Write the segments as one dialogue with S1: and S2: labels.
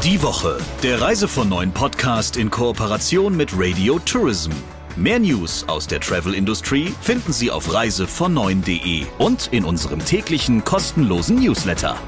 S1: Die Woche, der Reise von Neuen Podcast in Kooperation mit Radio Tourism. Mehr News aus der Travel-Industrie finden Sie auf reisevonneun.de und in unserem täglichen kostenlosen Newsletter.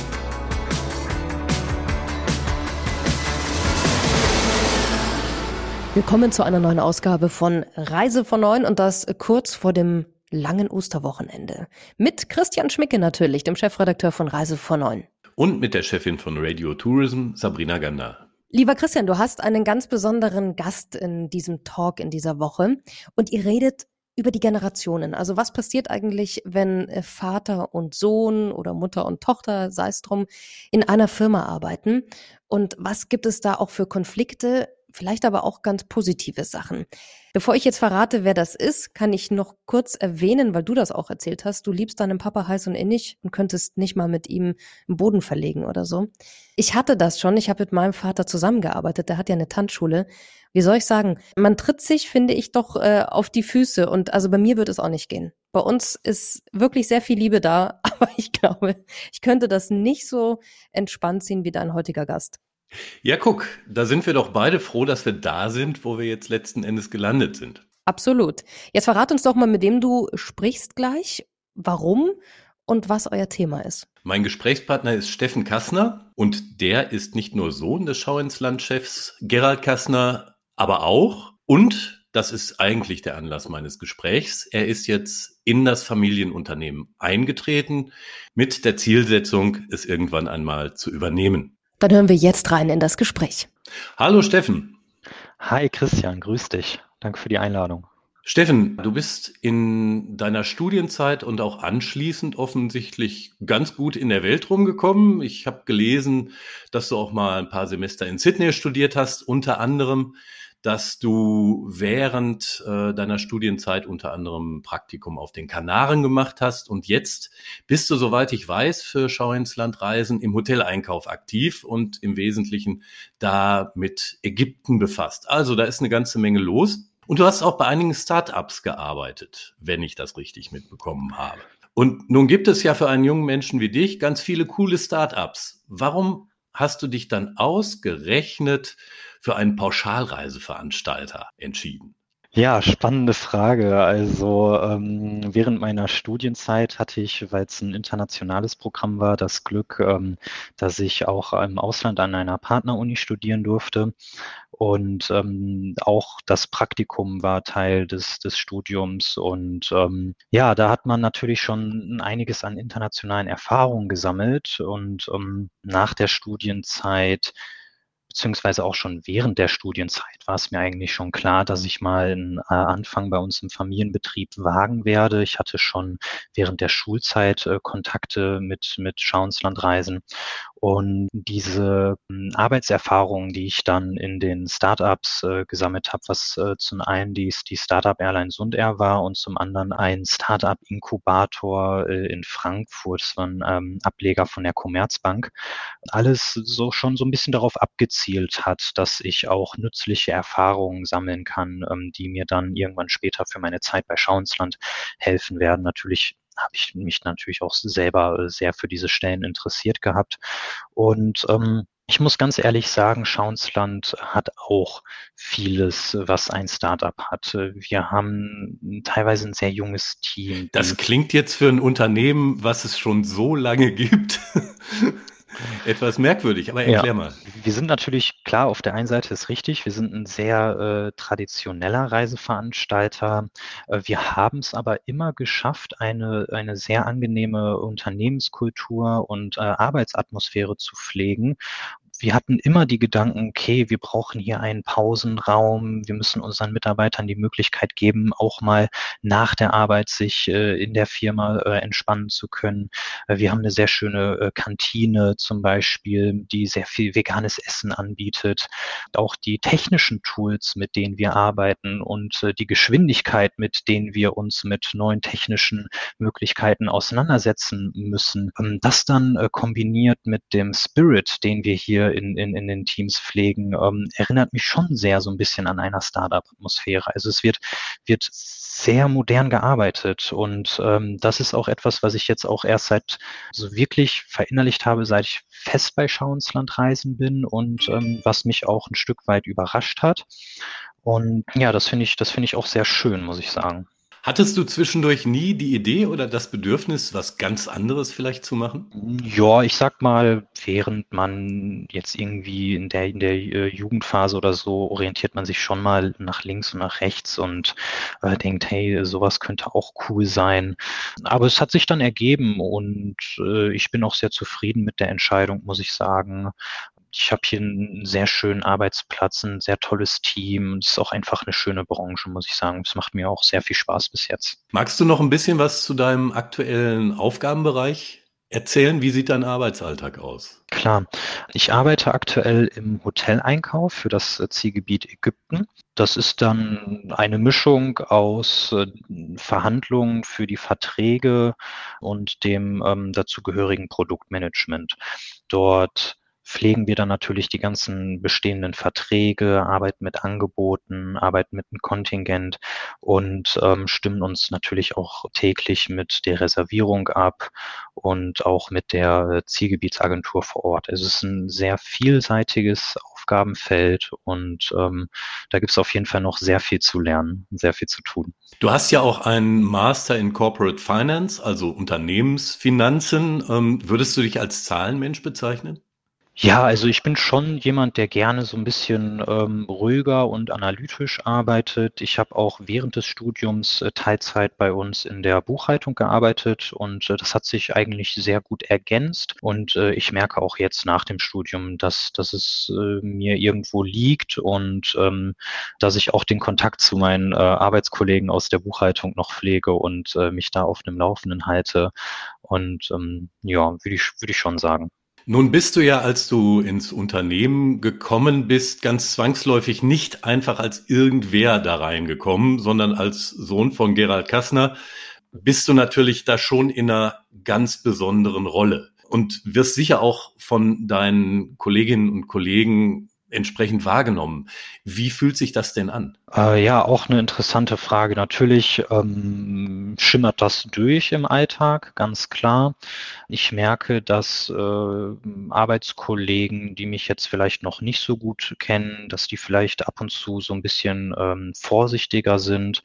S2: Willkommen zu einer neuen Ausgabe von Reise von Neun und das kurz vor dem langen Osterwochenende. Mit Christian Schmicke natürlich, dem Chefredakteur von Reise von Neun.
S3: Und mit der Chefin von Radio Tourism, Sabrina Gander.
S2: Lieber Christian, du hast einen ganz besonderen Gast in diesem Talk in dieser Woche und ihr redet über die Generationen. Also was passiert eigentlich, wenn Vater und Sohn oder Mutter und Tochter, sei es drum, in einer Firma arbeiten? Und was gibt es da auch für Konflikte? Vielleicht aber auch ganz positive Sachen. Bevor ich jetzt verrate, wer das ist, kann ich noch kurz erwähnen, weil du das auch erzählt hast. Du liebst deinen Papa heiß und innig und könntest nicht mal mit ihm einen Boden verlegen oder so. Ich hatte das schon. Ich habe mit meinem Vater zusammengearbeitet. Der hat ja eine Tanzschule. Wie soll ich sagen? Man tritt sich, finde ich, doch auf die Füße. Und also bei mir wird es auch nicht gehen. Bei uns ist wirklich sehr viel Liebe da. Aber ich glaube, ich könnte das nicht so entspannt ziehen wie dein heutiger Gast.
S3: Ja, guck, da sind wir doch beide froh, dass wir da sind, wo wir jetzt letzten Endes gelandet sind.
S2: Absolut. Jetzt verrat uns doch mal, mit dem du sprichst gleich, warum und was euer Thema ist.
S3: Mein Gesprächspartner ist Steffen Kassner und der ist nicht nur Sohn des Schau ins Land-Chefs Gerald Kassner, aber auch, und das ist eigentlich der Anlass meines Gesprächs, er ist jetzt in das Familienunternehmen eingetreten mit der Zielsetzung, es irgendwann einmal zu übernehmen.
S2: Dann hören wir jetzt rein in das Gespräch.
S3: Hallo Steffen.
S4: Hi Christian, grüß dich. Danke für die Einladung.
S3: Steffen, du bist in deiner Studienzeit und auch anschließend offensichtlich ganz gut in der Welt rumgekommen. Ich habe gelesen, dass du auch mal ein paar Semester in Sydney studiert hast, unter anderem, dass du während deiner Studienzeit unter anderem ein Praktikum auf den Kanaren gemacht hast und jetzt bist du, soweit ich weiß, für Schau ins Land Reisen im Hoteleinkauf aktiv und im Wesentlichen da mit Ägypten befasst. Also da ist eine ganze Menge los und du hast auch bei einigen Start-ups gearbeitet, wenn ich das richtig mitbekommen habe. Und nun gibt es ja für einen jungen Menschen wie dich ganz viele coole Start-ups. Warum hast du dich dann ausgerechnet für einen Pauschalreiseveranstalter entschieden?
S4: Ja, spannende Frage. Also während meiner Studienzeit hatte ich, weil es ein internationales Programm war, das Glück, dass ich auch im Ausland an einer Partneruni studieren durfte. Und auch das Praktikum war Teil des Studiums. Und ja, da hat man natürlich schon einiges an internationalen Erfahrungen gesammelt. Und nach der Studienzeit beziehungsweise auch schon während der Studienzeit war es mir eigentlich schon klar, dass ich mal einen Anfang bei uns im Familienbetrieb wagen werde. Ich hatte schon während der Schulzeit Kontakte mit Schau ins Land Reisen. Und diese Arbeitserfahrungen, die ich dann in den Startups gesammelt habe, was zum einen die Startup Airline Sund Air war und zum anderen ein Startup Inkubator in Frankfurt, das war ein Ableger von der Commerzbank, alles so schon so ein bisschen darauf abgezielt hat, dass ich auch nützliche Erfahrungen sammeln kann, die mir dann irgendwann später für meine Zeit bei Schau ins Land helfen werden. Natürlich habe ich mich natürlich auch selber sehr für diese Stellen interessiert gehabt. Und ich muss ganz ehrlich sagen, Schau ins Land hat auch vieles, was ein Startup hat. Wir haben teilweise ein sehr junges Team.
S3: Das klingt jetzt für ein Unternehmen, was es schon so lange gibt, etwas merkwürdig, aber erklär mal.
S4: Wir sind natürlich, klar, auf der einen Seite ist richtig, wir sind ein sehr traditioneller Reiseveranstalter. Wir haben es aber immer geschafft, eine sehr angenehme Unternehmenskultur und Arbeitsatmosphäre zu pflegen. Wir hatten immer die Gedanken, okay, wir brauchen hier einen Pausenraum, wir müssen unseren Mitarbeitern die Möglichkeit geben, auch mal nach der Arbeit sich in der Firma entspannen zu können. Wir haben eine sehr schöne Kantine zum Beispiel, die sehr viel veganes Essen anbietet. Auch die technischen Tools, mit denen wir arbeiten und die Geschwindigkeit, mit denen wir uns mit neuen technischen Möglichkeiten auseinandersetzen müssen. Das dann kombiniert mit dem Spirit, den wir hier in den Teams pflegen, erinnert mich schon sehr so ein bisschen an einer Startup-Atmosphäre. Also es wird sehr modern gearbeitet und das ist auch etwas, was ich jetzt auch erst seit so wirklich verinnerlicht habe, seit ich fest bei Schau ins Land Reisen bin und was mich auch ein Stück weit überrascht hat. Und ja, das finde ich auch sehr schön, muss ich sagen.
S3: Hattest du zwischendurch nie die Idee oder das Bedürfnis, was ganz anderes vielleicht zu machen?
S4: Ja, ich sag mal, während man jetzt irgendwie in der Jugendphase oder so, orientiert man sich schon mal nach links und nach rechts und denkt, hey, sowas könnte auch cool sein. Aber es hat sich dann ergeben und ich bin auch sehr zufrieden mit der Entscheidung, muss ich sagen. Ich habe hier einen sehr schönen Arbeitsplatz, ein sehr tolles Team. Es ist auch einfach eine schöne Branche, muss ich sagen. Es macht mir auch sehr viel Spaß bis jetzt.
S3: Magst du noch ein bisschen was zu deinem aktuellen Aufgabenbereich erzählen? Wie sieht dein Arbeitsalltag aus?
S4: Klar, ich arbeite aktuell im Hoteleinkauf für das Zielgebiet Ägypten. Das ist dann eine Mischung aus Verhandlungen für die Verträge und dem dazugehörigen Produktmanagement. Dort pflegen wir dann natürlich die ganzen bestehenden Verträge, arbeiten mit Angeboten, arbeiten mit einem Kontingent und stimmen uns natürlich auch täglich mit der Reservierung ab und auch mit der Zielgebietsagentur vor Ort. Also es ist ein sehr vielseitiges Aufgabenfeld und da gibt es auf jeden Fall noch sehr viel zu lernen, sehr viel zu tun.
S3: Du hast ja auch einen Master in Corporate Finance, also Unternehmensfinanzen. Würdest du dich als Zahlenmensch bezeichnen?
S4: Ja, also ich bin schon jemand, der gerne so ein bisschen ruhiger und analytisch arbeitet. Ich habe auch während des Studiums Teilzeit bei uns in der Buchhaltung gearbeitet und das hat sich eigentlich sehr gut ergänzt. Und ich merke auch jetzt nach dem Studium, dass es mir irgendwo liegt und dass ich auch den Kontakt zu meinen Arbeitskollegen aus der Buchhaltung noch pflege und mich da auf dem Laufenden halte. Und ja, würde ich schon sagen.
S3: Nun bist du ja, als du ins Unternehmen gekommen bist, ganz zwangsläufig nicht einfach als irgendwer da reingekommen, sondern als Sohn von Gerald Kassner bist du natürlich da schon in einer ganz besonderen Rolle und wirst sicher auch von deinen Kolleginnen und Kollegen entsprechend wahrgenommen. Wie fühlt sich das denn an?
S4: Ja, auch eine interessante Frage. Natürlich schimmert das durch im Alltag, ganz klar. Ich merke, dass Arbeitskollegen, die mich jetzt vielleicht noch nicht so gut kennen, dass die vielleicht ab und zu so ein bisschen vorsichtiger sind.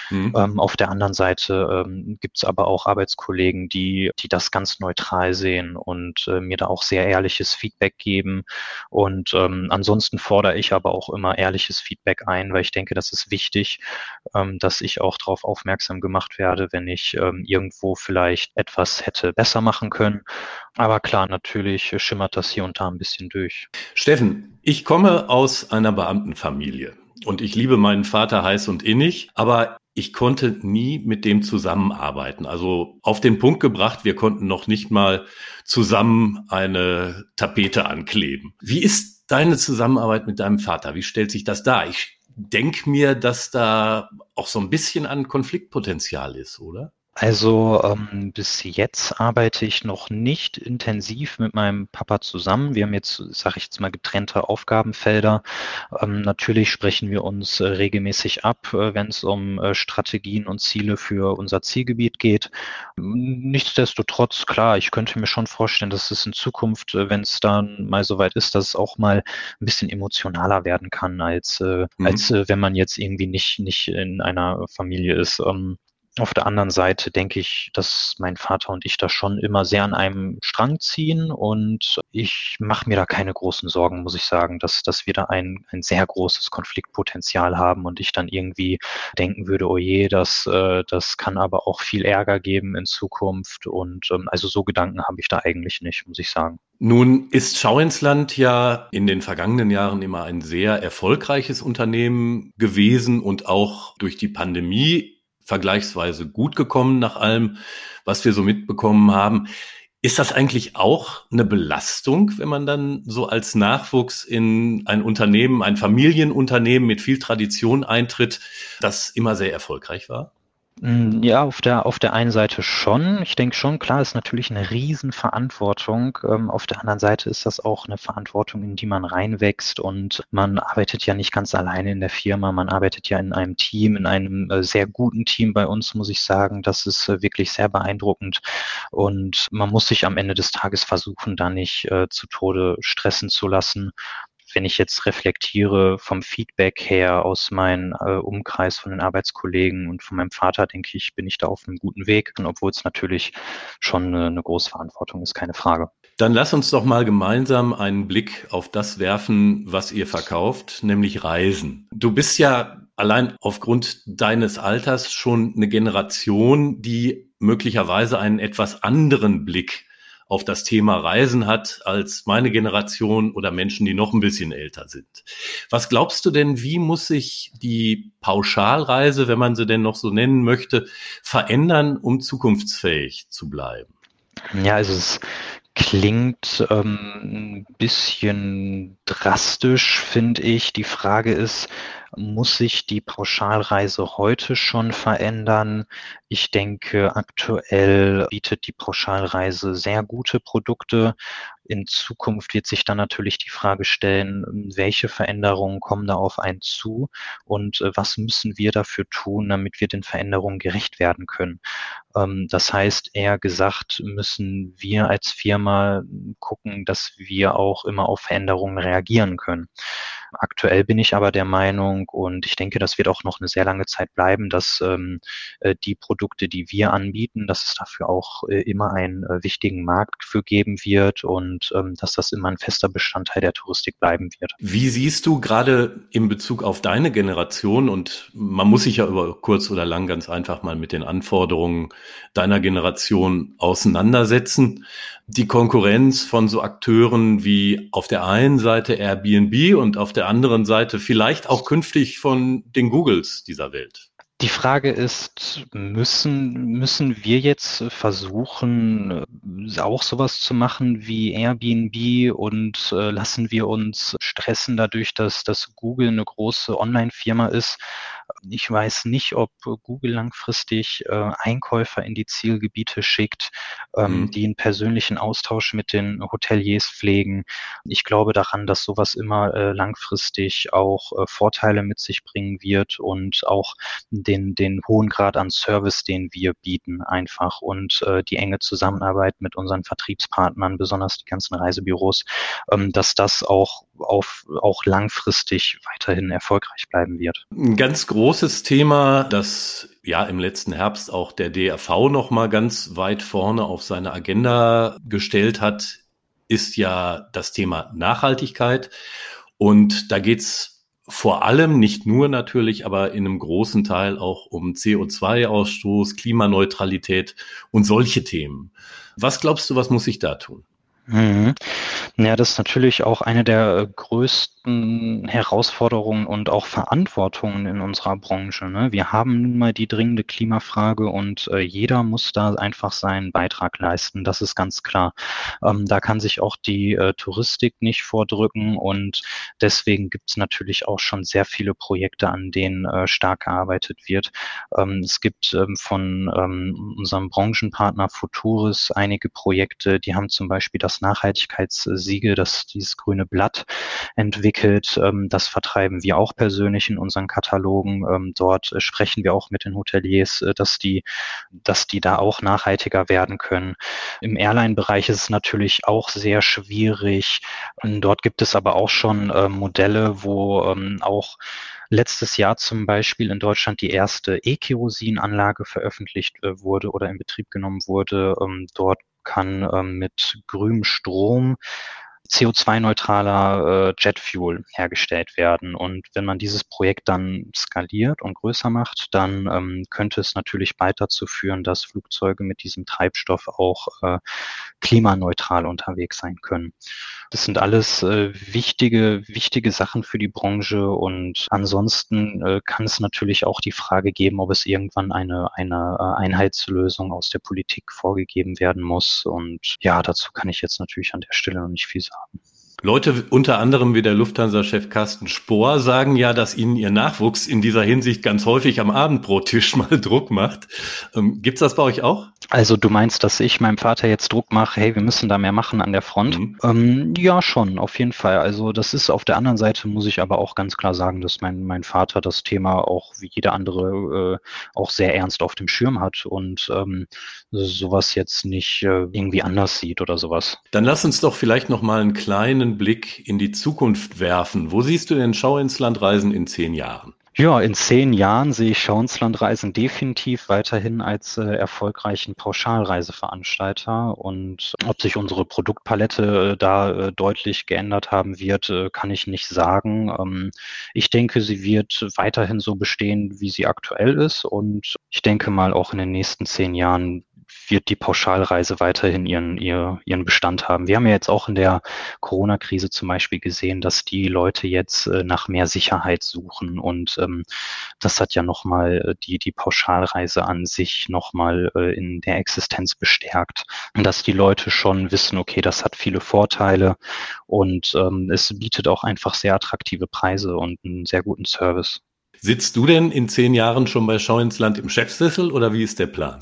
S4: Auf der anderen Seite gibt es aber auch Arbeitskollegen, die das ganz neutral sehen und mir da auch sehr ehrliches Feedback geben. Und ansonsten fordere ich aber auch immer ehrliches Feedback ein, weil ich denke, das ist wichtig, dass ich auch darauf aufmerksam gemacht werde, wenn ich irgendwo vielleicht etwas hätte besser machen können. Aber klar, natürlich schimmert das hier und da ein bisschen durch.
S3: Steffen, ich komme aus einer Beamtenfamilie und ich liebe meinen Vater heiß und innig, aber ich konnte nie mit dem zusammenarbeiten. Also auf den Punkt gebracht, wir konnten noch nicht mal zusammen eine Tapete ankleben. Wie ist deine Zusammenarbeit mit deinem Vater? Wie stellt sich das dar? Ich denke mir, dass da auch so ein bisschen an Konfliktpotenzial ist, oder?
S4: Also bis jetzt arbeite ich noch nicht intensiv mit meinem Papa zusammen. Wir haben jetzt, sage ich jetzt mal, getrennte Aufgabenfelder. Natürlich sprechen wir uns regelmäßig ab, wenn es um Strategien und Ziele für unser Zielgebiet geht. Nichtsdestotrotz, klar, ich könnte mir schon vorstellen, dass es in Zukunft, wenn es dann mal soweit ist, dass es auch mal ein bisschen emotionaler werden kann, als wenn man jetzt irgendwie nicht in einer Familie ist. Auf der anderen Seite denke ich, dass mein Vater und ich da schon immer sehr an einem Strang ziehen und ich mache mir da keine großen Sorgen, muss ich sagen, dass wir da ein sehr großes Konfliktpotenzial haben und ich dann irgendwie denken würde, oh je, das kann aber auch viel Ärger geben in Zukunft und also so Gedanken habe ich da eigentlich nicht, muss ich sagen.
S3: Nun ist Schau ins Land ja in den vergangenen Jahren immer ein sehr erfolgreiches Unternehmen gewesen und auch durch die Pandemie vergleichsweise gut gekommen nach allem, was wir so mitbekommen haben. Ist das eigentlich auch eine Belastung, wenn man dann so als Nachwuchs in ein Unternehmen, ein Familienunternehmen mit viel Tradition eintritt, das immer sehr erfolgreich war?
S4: Ja, auf der einen Seite schon. Ich denke schon, klar, ist natürlich eine Riesenverantwortung. Auf der anderen Seite ist das auch eine Verantwortung, in die man reinwächst, und man arbeitet ja nicht ganz alleine in der Firma. Man arbeitet ja in einem Team, in einem sehr guten Team bei uns, muss ich sagen. Das ist wirklich sehr beeindruckend, und man muss sich am Ende des Tages versuchen, da nicht zu Tode stressen zu lassen. Wenn ich jetzt reflektiere vom Feedback her aus meinem Umkreis von den Arbeitskollegen und von meinem Vater, denke ich, bin ich da auf einem guten Weg. Und obwohl es natürlich schon eine große Verantwortung ist, keine Frage.
S3: Dann lass uns doch mal gemeinsam einen Blick auf das werfen, was ihr verkauft, nämlich Reisen. Du bist ja allein aufgrund deines Alters schon eine Generation, die möglicherweise einen etwas anderen Blick auf das Thema Reisen hat als meine Generation oder Menschen, die noch ein bisschen älter sind. Was glaubst du denn, wie muss sich die Pauschalreise, wenn man sie denn noch so nennen möchte, verändern, um zukunftsfähig zu bleiben?
S4: Ja, also es klingt ein bisschen drastisch, finde ich. Die Frage ist, muss sich die Pauschalreise heute schon verändern? Ich denke, aktuell bietet die Pauschalreise sehr gute Produkte. In Zukunft wird sich dann natürlich die Frage stellen, welche Veränderungen kommen da auf einen zu, und was müssen wir dafür tun, damit wir den Veränderungen gerecht werden können? Das heißt, eher gesagt, müssen wir als Firma gucken, dass wir auch immer auf Veränderungen reagieren können. Aktuell bin ich aber der Meinung, und ich denke, das wird auch noch eine sehr lange Zeit bleiben, dass die Produkte, die wir anbieten, dass es dafür auch immer einen wichtigen Markt für geben wird, und dass das immer ein fester Bestandteil der Touristik bleiben wird.
S3: Wie siehst du gerade in Bezug auf deine Generation, und man muss sich ja über kurz oder lang ganz einfach mal mit den Anforderungen deiner Generation auseinandersetzen, die Konkurrenz von so Akteuren wie auf der einen Seite Airbnb und auf der anderen Seite vielleicht auch künftig von den Googles dieser Welt?
S4: Die Frage ist, müssen wir jetzt versuchen, auch sowas zu machen wie Airbnb, und lassen wir uns stressen dadurch, dass Google eine große Online-Firma ist? Ich weiß nicht, ob Google langfristig Einkäufer in die Zielgebiete schickt, die einen persönlichen Austausch mit den Hoteliers pflegen. Ich glaube daran, dass sowas immer langfristig auch Vorteile mit sich bringen wird, und auch den hohen Grad an Service, den wir bieten, einfach, und die enge Zusammenarbeit mit unseren Vertriebspartnern, besonders die ganzen Reisebüros, dass das auch langfristig weiterhin erfolgreich bleiben wird.
S3: Ein ganz großes Thema, das ja im letzten Herbst auch der DRV noch mal ganz weit vorne auf seine Agenda gestellt hat, ist ja das Thema Nachhaltigkeit. Und da geht's vor allem, nicht nur natürlich, aber in einem großen Teil auch um CO2-Ausstoß, Klimaneutralität und solche Themen. Was glaubst du, was muss ich da tun?
S4: Mhm. Ja, das ist natürlich auch eine der größten Herausforderungen und auch Verantwortungen in unserer Branche, ne? Wir haben nun mal die dringende Klimafrage, und jeder muss da einfach seinen Beitrag leisten. Das ist ganz klar. Da kann sich auch die Touristik nicht vordrücken, und deswegen gibt es natürlich auch schon sehr viele Projekte, an denen stark gearbeitet wird. Es gibt von unserem Branchenpartner Futuris einige Projekte, die haben zum Beispiel das Nachhaltigkeitssiegel, dieses grüne Blatt entwickelt. Das vertreiben wir auch persönlich in unseren Katalogen. Dort sprechen wir auch mit den Hoteliers, dass die da auch nachhaltiger werden können. Im Airline-Bereich ist es natürlich auch sehr schwierig. Und dort gibt es aber auch schon Modelle, wo auch letztes Jahr zum Beispiel in Deutschland die erste E-Kerosin-Anlage veröffentlicht wurde oder in Betrieb genommen wurde. Dort kann mit grünem Strom CO2-neutraler Jetfuel hergestellt werden. Und wenn man dieses Projekt dann skaliert und größer macht, dann könnte es natürlich bald dazu führen, dass Flugzeuge mit diesem Treibstoff auch klimaneutral unterwegs sein können. Das sind alles wichtige Sachen für die Branche, und ansonsten kann es natürlich auch die Frage geben, ob es irgendwann eine Einheitslösung aus der Politik vorgegeben werden muss. Und ja, dazu kann ich jetzt natürlich an der Stelle noch nicht viel sagen.
S3: Leute, unter anderem wie der Lufthansa-Chef Carsten Spohr, sagen ja, dass ihnen ihr Nachwuchs in dieser Hinsicht ganz häufig am Abendbrottisch mal Druck macht. Gibt's das bei euch auch?
S4: Also du meinst, dass ich meinem Vater jetzt Druck mache, hey, wir müssen da mehr machen an der Front? Ja, schon, auf jeden Fall. Also das ist auf der anderen Seite, muss ich aber auch ganz klar sagen, dass mein Vater das Thema auch wie jeder andere auch sehr ernst auf dem Schirm hat und sowas jetzt nicht irgendwie anders sieht oder sowas.
S3: Dann lass uns doch vielleicht noch mal einen kleinen Blick in die Zukunft werfen. Wo siehst du denn Schau ins Land Reisen in 10 Jahren?
S4: Ja, in 10 Jahren sehe ich Schau ins Land Reisen definitiv weiterhin als erfolgreichen Pauschalreiseveranstalter. Und ob sich unsere Produktpalette da deutlich geändert haben wird, kann ich nicht sagen. Ich denke, sie wird weiterhin so bestehen, wie sie aktuell ist. Und ich denke mal, auch in den nächsten 10 Jahren wird die Pauschalreise weiterhin ihren Bestand haben. Wir haben ja jetzt auch in der Corona-Krise zum Beispiel gesehen, dass die Leute jetzt nach mehr Sicherheit suchen und das hat ja nochmal die Pauschalreise an sich nochmal in der Existenz bestärkt, dass die Leute schon wissen, okay, das hat viele Vorteile und es bietet auch einfach sehr attraktive Preise und einen sehr guten Service.
S3: Sitzt du denn in 10 Jahren schon bei Schau ins Land im Chefsessel oder wie ist der Plan?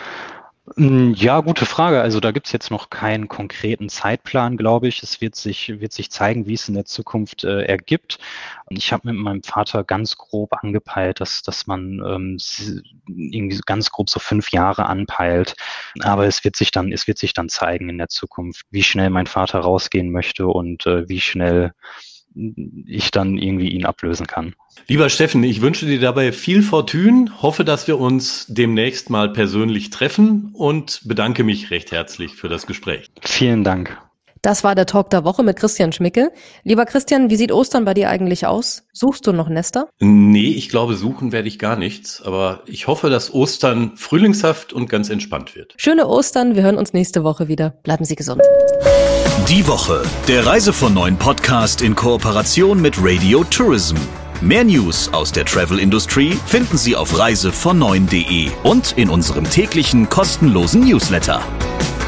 S4: Ja, gute Frage. Also da gibt's jetzt noch keinen konkreten Zeitplan, glaube ich. Es wird sich zeigen, wie es in der Zukunft ergibt. Ich habe mit meinem Vater ganz grob angepeilt, dass man irgendwie ganz grob so 5 Jahre anpeilt. Aber es wird sich dann zeigen in der Zukunft, wie schnell mein Vater rausgehen möchte und wie schnell ich dann irgendwie ihn ablösen kann.
S3: Lieber Steffen, ich wünsche dir dabei viel Fortune, hoffe, dass wir uns demnächst mal persönlich treffen und bedanke mich recht herzlich für das Gespräch.
S4: Vielen Dank.
S2: Das war der Talk der Woche mit Christian Schmicke. Lieber Christian, wie sieht Ostern bei dir eigentlich aus? Suchst du noch Nester?
S3: Nee, ich glaube, suchen werde ich gar nichts, aber ich hoffe, dass Ostern frühlingshaft und ganz entspannt wird.
S2: Schöne Ostern, wir hören uns nächste Woche wieder. Bleiben Sie gesund.
S1: Die Woche, der Reise von 9 Podcast in Kooperation mit Radio Tourism. Mehr News aus der Travel Industry finden Sie auf reisevon9.de und in unserem täglichen kostenlosen Newsletter.